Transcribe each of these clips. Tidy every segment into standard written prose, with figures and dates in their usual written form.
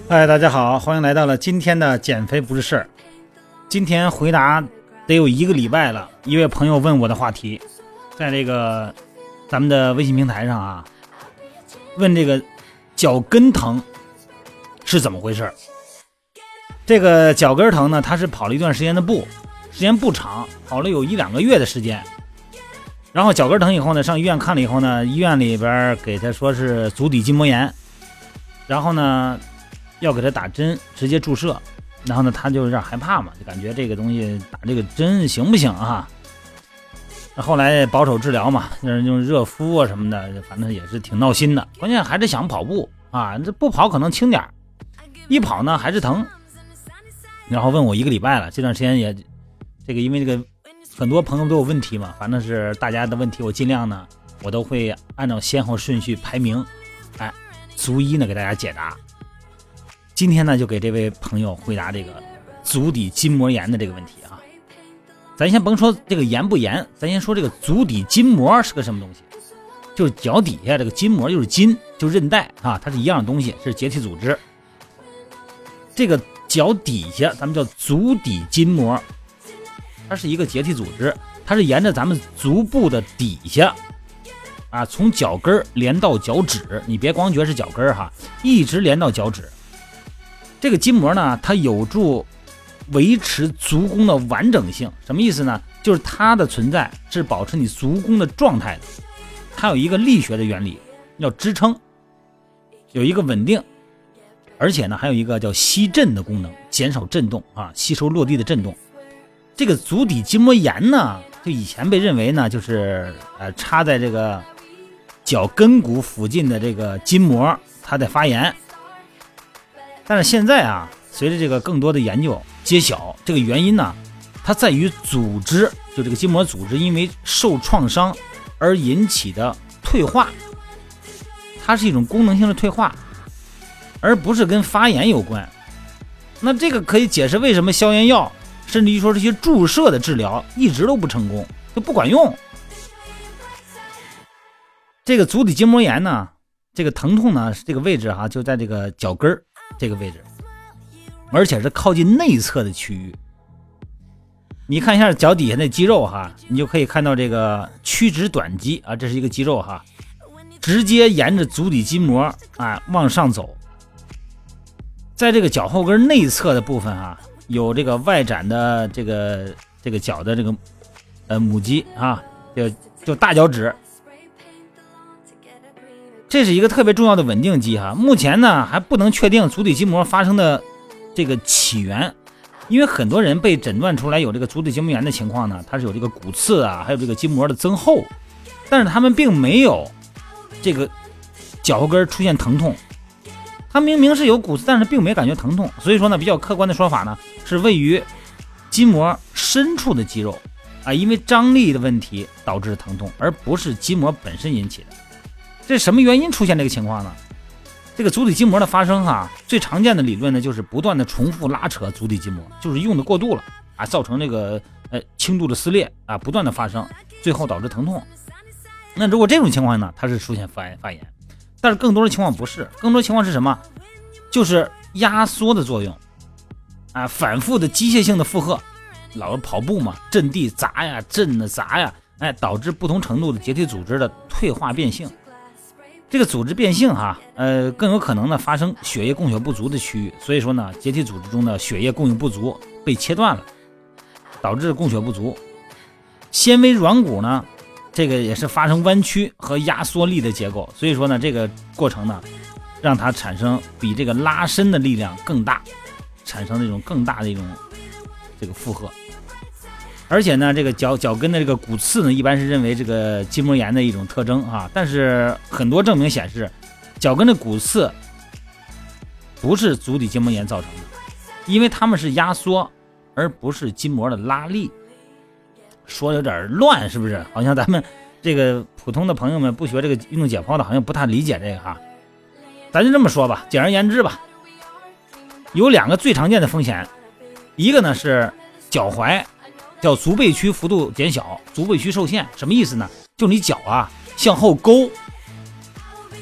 嗨，大家好，欢迎来到了今天的减肥不是事儿。今天回答得有1个礼拜了，一位朋友问我的话题，在这个咱们的微信平台上啊，问这个脚跟疼是怎么回事。这个脚跟疼呢，他是跑了一段时间的步，时间不长，跑了有1-2个月的时间。然后脚跟疼以后呢，上医院看了以后呢，医院里边给他说是足底筋膜炎，然后呢要给他打针，直接注射。然后呢他就有点害怕嘛，就感觉这个东西打这个针行不行啊？后来保守治疗嘛，用热敷啊什么的，反正也是挺闹心的。关键还是想跑步啊，这不跑可能轻点，一跑呢还是疼。然后问我1个礼拜了，这段时间也这个因为这个很多朋友都有问题嘛，反正是大家的问题我尽量呢我都会按照先后顺序排名，逐一呢给大家解答。今天呢就给这位朋友回答这个足底筋膜炎的这个问题啊。咱先甭说这个严不严，咱先说这个足底筋膜是个什么东西。就是脚底下这个筋膜就是筋，就韧带啊，它是一样的东西，是结缔组织。这个脚底下咱们叫足底筋膜，它是一个结缔组织，它是沿着咱们足部的底下啊，从脚跟连到脚趾，你别光觉得是脚跟哈，一直连到脚趾。这个筋膜呢，它有助维持足弓的完整性。什么意思呢？就是它的存在是保持你足弓的状态的。它有一个力学的原理，要支撑，有一个稳定，而且呢还有一个叫吸震的功能，减少震动啊，吸收落地的震动。这个足底筋膜炎呢，就以前被认为呢就是插在这个脚跟骨附近的这个筋膜它在发炎。但是现在啊，随着这个更多的研究揭晓，这个原因呢，它在于组织，就这个筋膜组织因为受创伤而引起的退化，它是一种功能性的退化，而不是跟发炎有关。那这个可以解释为什么消炎药，甚至于说这些注射的治疗一直都不成功，就不管用。这个足底筋膜炎呢，这个疼痛呢，这个位置就在这个脚跟这个位置，而且是靠近内侧的区域。你看一下脚底下那肌肉你就可以看到这个曲直短肌啊，这是一个肌肉直接沿着足底筋膜往上走。在这个脚后跟内侧的部分有这个外展的这个脚的这个母肌就大脚趾。这是一个特别重要的稳定肌目前呢还不能确定足底筋膜发生的这个起源，因为很多人被诊断出来有这个足底筋膜炎的情况呢，它是有这个骨刺还有这个筋膜的增厚，但是他们并没有这个脚后跟出现疼痛，他明明是有骨刺，但是并没感觉疼痛。所以说呢，比较客观的说法呢，是位于筋膜深处的肌肉因为张力的问题导致疼痛，而不是筋膜本身引起的。这什么原因出现这个情况呢？这个足底筋膜的发生最常见的理论呢，就是不断的重复拉扯足底筋膜，就是用的过度了造成这个轻度的撕裂不断的发生，最后导致疼痛。那如果这种情况呢，它是出现发炎，但是更多的情况不是，更多情况是什么？就是压缩的作用反复的机械性的负荷，老是跑步嘛，震地砸呀，震的砸呀，导致不同程度的结缔组织的退化变性。这个组织变性更有可能呢发生血液供血不足的区域，所以说呢，结缔组织中的血液供应不足被切断了，导致供血不足。纤维软骨呢，这个也是发生弯曲和压缩力的结构，所以说呢，这个过程呢，让它产生比这个拉伸的力量更大，产生这种更大的一种这个负荷。而且呢，这个脚跟的这个骨刺呢，一般是认为这个筋膜炎的一种特征但是很多证明显示，脚跟的骨刺不是足底筋膜炎造成的，因为它们是压缩，而不是筋膜的拉力。说有点乱，是不是？好像咱们这个普通的朋友们不学这个运动解剖的，好像不太理解这个咱就这么说吧，简而言之吧，有2个最常见的风险，一个呢是脚踝叫足背屈幅度减小，足背屈受限。什么意思呢？就你脚向后勾，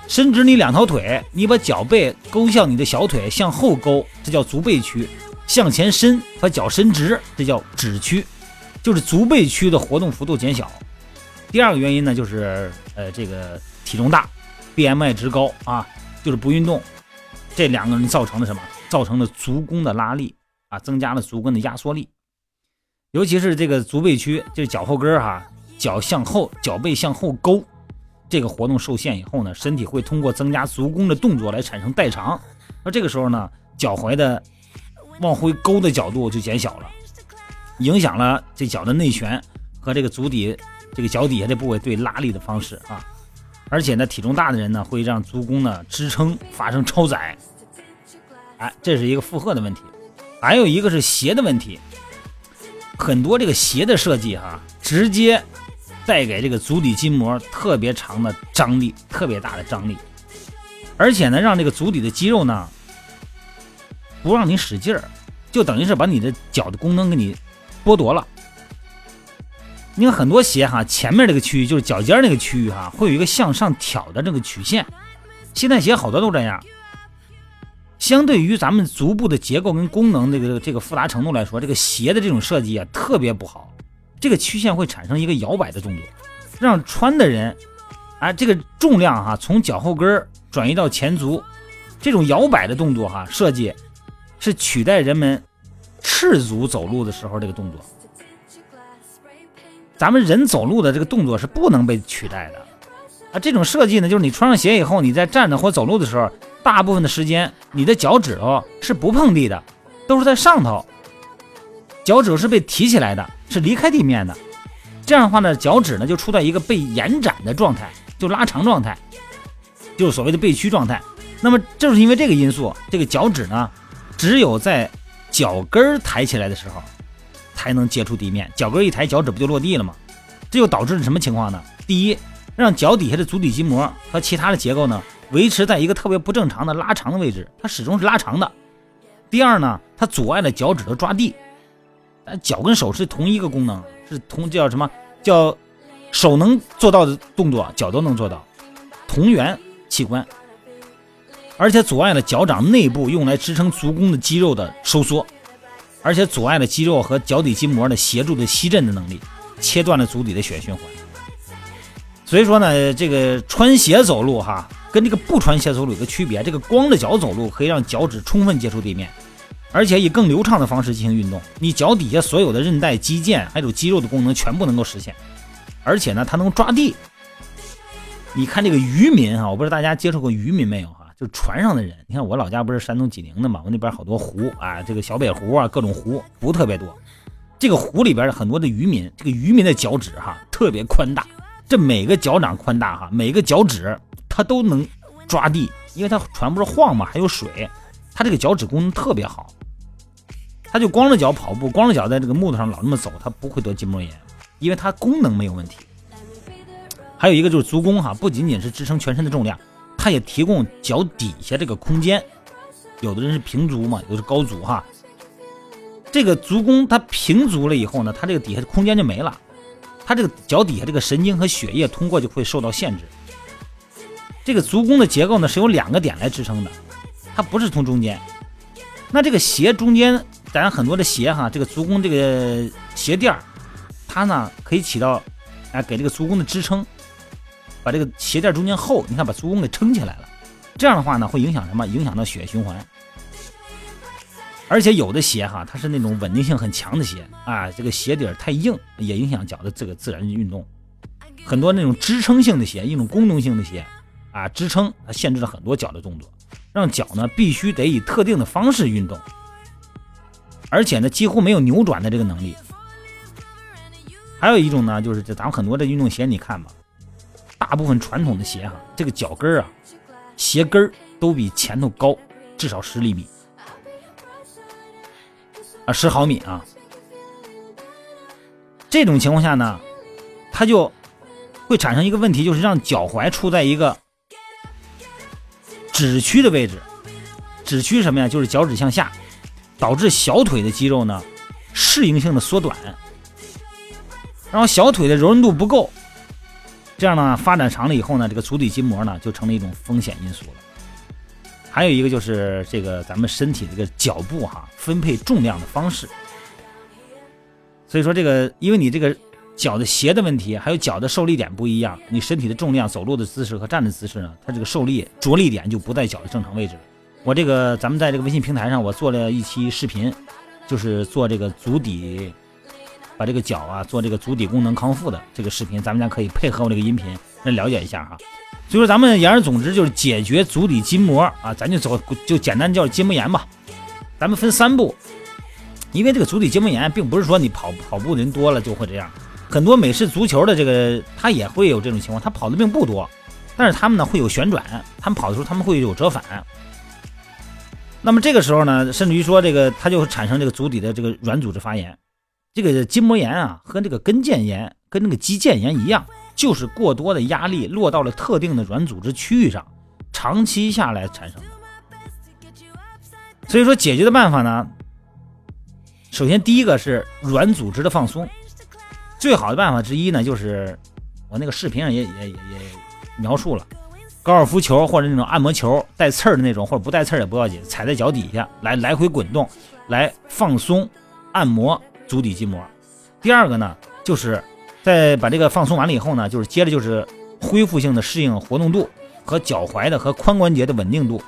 伸直你2条腿，你把脚背勾向你的小腿，向后勾，这叫足背屈；向前伸，把脚伸直，这叫趾屈，就是足背屈的活动幅度减小。第二个原因呢，就是这个体重大 ，BMI 值高啊，就是不运动，这2个人造成了什么？造成了足弓的拉力啊，增加了足跟的压缩力。尤其是这个足背屈，就是脚后跟哈，脚向后，脚背向后勾。这个活动受限以后呢，身体会通过增加足弓的动作来产生代偿，而这个时候呢，脚踝的往回勾的角度就减小了，影响了这脚的内旋和这个足底这个脚底下这部位对拉力的方式啊。而且呢，体重大的人呢，会让足弓呢支撑发生超载，这是一个负荷的问题。还有一个是鞋的问题，很多这个鞋的设计直接带给这个足底筋膜特别长的张力，特别大的张力，而且呢，让这个足底的肌肉呢不让你使劲儿，就等于是把你的脚的功能给你剥夺了。你看很多鞋前面这个区域就是脚尖那个区域会有一个向上挑的这个曲线，现在鞋好多都这样。相对于咱们足部的结构跟功能这个复杂程度来说，这个鞋的这种设计特别不好。这个曲线会产生一个摇摆的动作，让穿的人这个重量从脚后跟转移到前足，这种摇摆的动作设计是取代人们赤足走路的时候这个动作。咱们人走路的这个动作是不能被取代的这种设计呢，就是你穿上鞋以后，你在站着或走路的时候，大部分的时间你的脚趾头是不碰地的，都是在上头，脚趾头是被提起来的，是离开地面的。这样的话呢，脚趾呢就处在一个被延展的状态，就拉长状态，就是所谓的背屈状态。那么正是因为这个因素，这个脚趾呢只有在脚跟抬起来的时候才能接触地面，脚跟一抬，脚趾不就落地了吗？这就导致了什么情况呢？第一，让脚底下的足底筋膜和其他的结构呢维持在一个特别不正常的拉长的位置，它始终是拉长的。第二呢，它阻碍了脚趾头抓地。脚跟手是同一个功能，是叫什么？叫手能做到的动作，脚都能做到，同源器官。而且阻碍了脚掌内部用来支撑足弓的肌肉的收缩，而且阻碍了肌肉和脚底筋膜的协助的吸震的能力，切断了足底的血液循环。所以说呢，这个穿鞋走路跟这个不穿鞋走路有个区别，这个光着脚走路可以让脚趾充分接触地面，而且以更流畅的方式进行运动，你脚底下所有的韧带、肌腱还有肌肉的功能全部能够实现。而且呢，它能抓地。你看这个渔民我不知道大家接触过渔民没有就船上的人。你看我老家不是山东济宁的嘛，我那边好多湖这个小北湖各种湖特别多。这个湖里边很多的渔民，这个渔民的脚趾特别宽大，这每个脚掌宽大每个脚趾它都能抓地，因为它船不是晃嘛，还有水，它这个脚趾功能特别好。他就光着脚跑步，光着脚在这个木头上老那么走，他不会得筋膜炎，因为它功能没有问题。还有一个就是足弓不仅仅是支撑全身的重量，它也提供脚底下这个空间。有的人是平足嘛，有的是高足这个足弓它平足了以后呢，它这个底下的空间就没了，它这个脚底下这个神经和血液通过就会受到限制。这个足弓的结构呢是由2个点来支撑的，它不是从中间。那这个鞋中间，咱很多的鞋这个足弓这个鞋垫它呢可以起到给这个足弓的支撑，把这个鞋垫中间厚，你看把足弓给撑起来了。这样的话呢会影响什么？影响到血液循环。而且有的鞋它是那种稳定性很强的鞋这个鞋底太硬也影响脚的这个自然运动。很多那种支撑性的鞋，一种功能性的鞋支撑它限制了很多脚的动作，让脚呢必须得以特定的方式运动，而且呢几乎没有扭转的这个能力。还有一种呢，就是咱们很多的运动鞋你看吧，大部分传统的鞋这个脚跟鞋跟都比前头高至少10厘米10毫米这种情况下呢，它就会产生一个问题，就是让脚踝处在一个趾屈的位置。趾屈是什么呀？就是脚趾向下，导致小腿的肌肉呢适应性的缩短，然后小腿的柔韧度不够， 这样呢发展长了以后呢，这个足底筋膜呢就成了一种风险因素了。还有一个就是这个咱们身体这个脚部分配重量的方式。所以说这个因为你这个脚的鞋的问题，还有脚的受力点不一样，你身体的重量、走路的姿势和站的姿势呢，它这个受力着力点就不在脚的正常位置了。我这个咱们在这个微信平台上，我做了一期视频，就是做这个足底，把这个脚做这个足底功能康复的这个视频，咱们家可以配合我这个音频来了解一下哈。所以说咱们言而总之就是解决足底筋膜咱就简单叫筋膜炎吧。咱们分3步，因为这个足底筋膜炎并不是说你跑步的人多了就会这样，很多美式足球的这个他也会有这种情况，他跑的并不多，但是他们呢会有旋转，他们跑的时候他们会有折返。那么这个时候呢，甚至于说这个它就会产生这个足底的这个软组织发炎。这个筋膜炎和这个跟腱炎跟那个肌腱炎一样，就是过多的压力落到了特定的软组织区域上，长期下来产生的。所以说解决的办法呢，首先第一个是软组织的放松。最好的办法之一呢，就是我那个视频上也描述了，高尔夫球或者那种按摩球带刺儿的那种，或者不带刺儿也不要紧，踩在脚底下来回滚动，来放松按摩足底筋膜。第二个呢，就是在把这个放松完了以后呢，就是接着就是恢复性的适应活动度和脚踝的和髋关节的稳定度。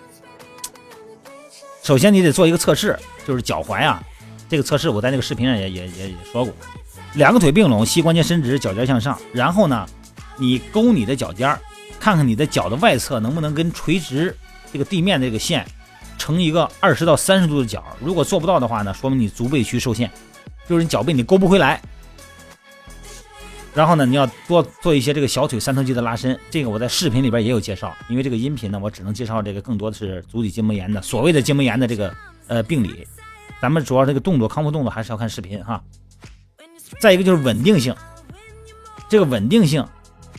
首先你得做一个测试，就是脚踝这个测试我在那个视频上也说过，两个腿并拢，膝关节伸直，脚尖向上，然后呢你勾你的脚尖，看看你的脚的外侧能不能跟垂直这个地面的这个线成一个20到30度的角。如果做不到的话呢，说明你足背屈受限，就是你脚背你勾不回来。然后呢，你要多做一些这个小腿三头肌的拉伸，这个我在视频里边也有介绍。因为这个音频呢，我只能介绍这个更多的是足底筋膜炎的所谓的筋膜炎的这个病理。咱们主要这个动作康复动作还是要看视频哈。再一个就是稳定性，这个稳定性，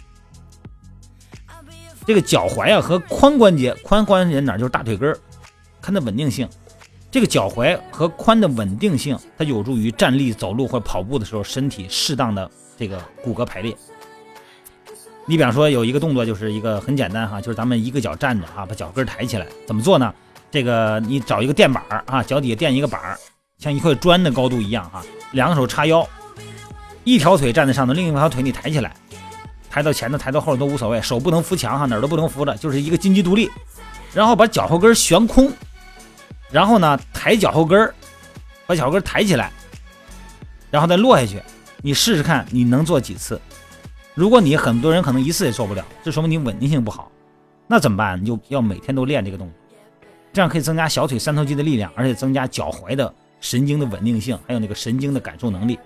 这个脚踝和髋关节哪就是大腿根，看它稳定性。这个脚踝和髋的稳定性，它有助于站立、走路或者跑步的时候身体适当的这个骨骼排列。你比方说有一个动作就是一个很简单就是咱们一个脚站着把脚跟抬起来。怎么做呢？这个你找一个垫板脚底下垫一个板，像一块砖的高度一样两个手叉腰，一条腿站在上头，另一条腿你抬起来，抬到前头抬到后头都无所谓，手不能扶墙哪儿都不能扶着，就是一个金鸡独立。然后把脚后跟悬空，然后呢抬脚后跟，把脚后跟抬起来，然后再落下去。你试试看你能做几次。如果你很多人可能一次也做不了，这说明你稳定性不好，那怎么办？你就要每天都练这个动作，这样可以增加小腿三头肌的力量，而且增加脚踝的神经的稳定性，还有那个神经的感受能力。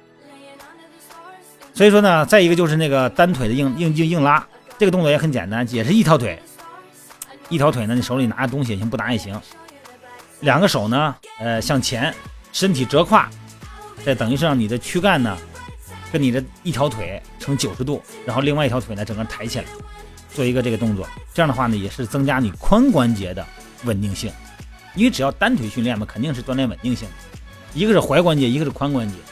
所以说呢，再一个就是那个单腿的硬拉，这个动作也很简单，也是一条腿呢，你手里拿着东西也行，不拿也行。两个手呢向前，身体折胯，再等于是让你的躯干呢跟你的一条腿成90度，然后另外一条腿呢整个抬起来，做一个这个动作。这样的话呢，也是增加你髋关节的稳定性。因为只要单腿训练嘛，肯定是锻炼稳定性，一个是踝关节，一个是髋关节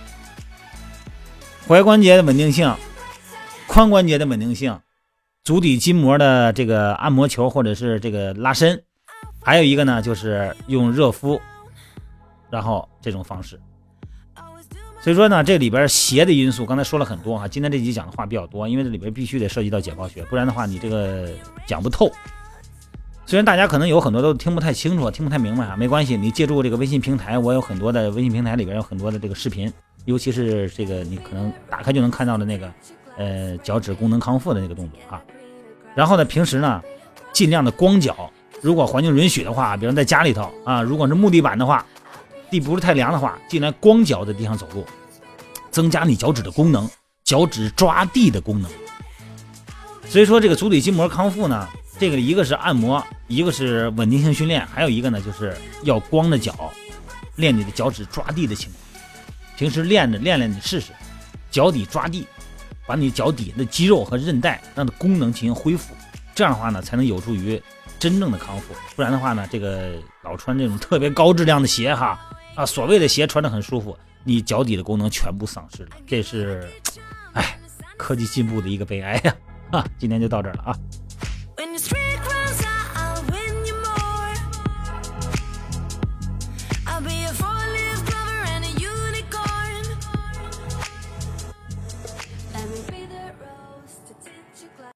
踝关节的稳定性，髋关节的稳定性，足底筋膜的这个按摩球或者是这个拉伸，还有一个呢就是用热敷，然后这种方式。所以说呢，这里边鞋的因素刚才说了很多今天这集讲的话比较多，因为这里边必须得涉及到解剖学，不然的话你这个讲不透。虽然大家可能有很多都听不太清楚，听不太明白没关系，你借助这个微信平台，我有很多的微信平台里边有很多的这个视频，尤其是这个你可能打开就能看到的那个脚趾功能康复的那个动作然后呢，平时呢尽量的光脚，如果环境允许的话，比如在家里头如果是木地板的话，地不是太凉的话，尽量光脚在地上走路，增加你脚趾的功能，脚趾抓地的功能。所以说这个足底筋膜康复呢，这个一个是按摩，一个是稳定性训练，还有一个呢就是要光着脚练你的脚趾抓地的情况。平时练你试试脚底抓地，把你脚底的肌肉和韧带让它功能进行恢复，这样的话呢才能有助于真正的康复。不然的话呢，这个老穿这种特别高质量的鞋所谓的鞋穿得很舒服，你脚底的功能全部丧失了，这是科技进步的一个悲哀呀。今天就到这儿了啊。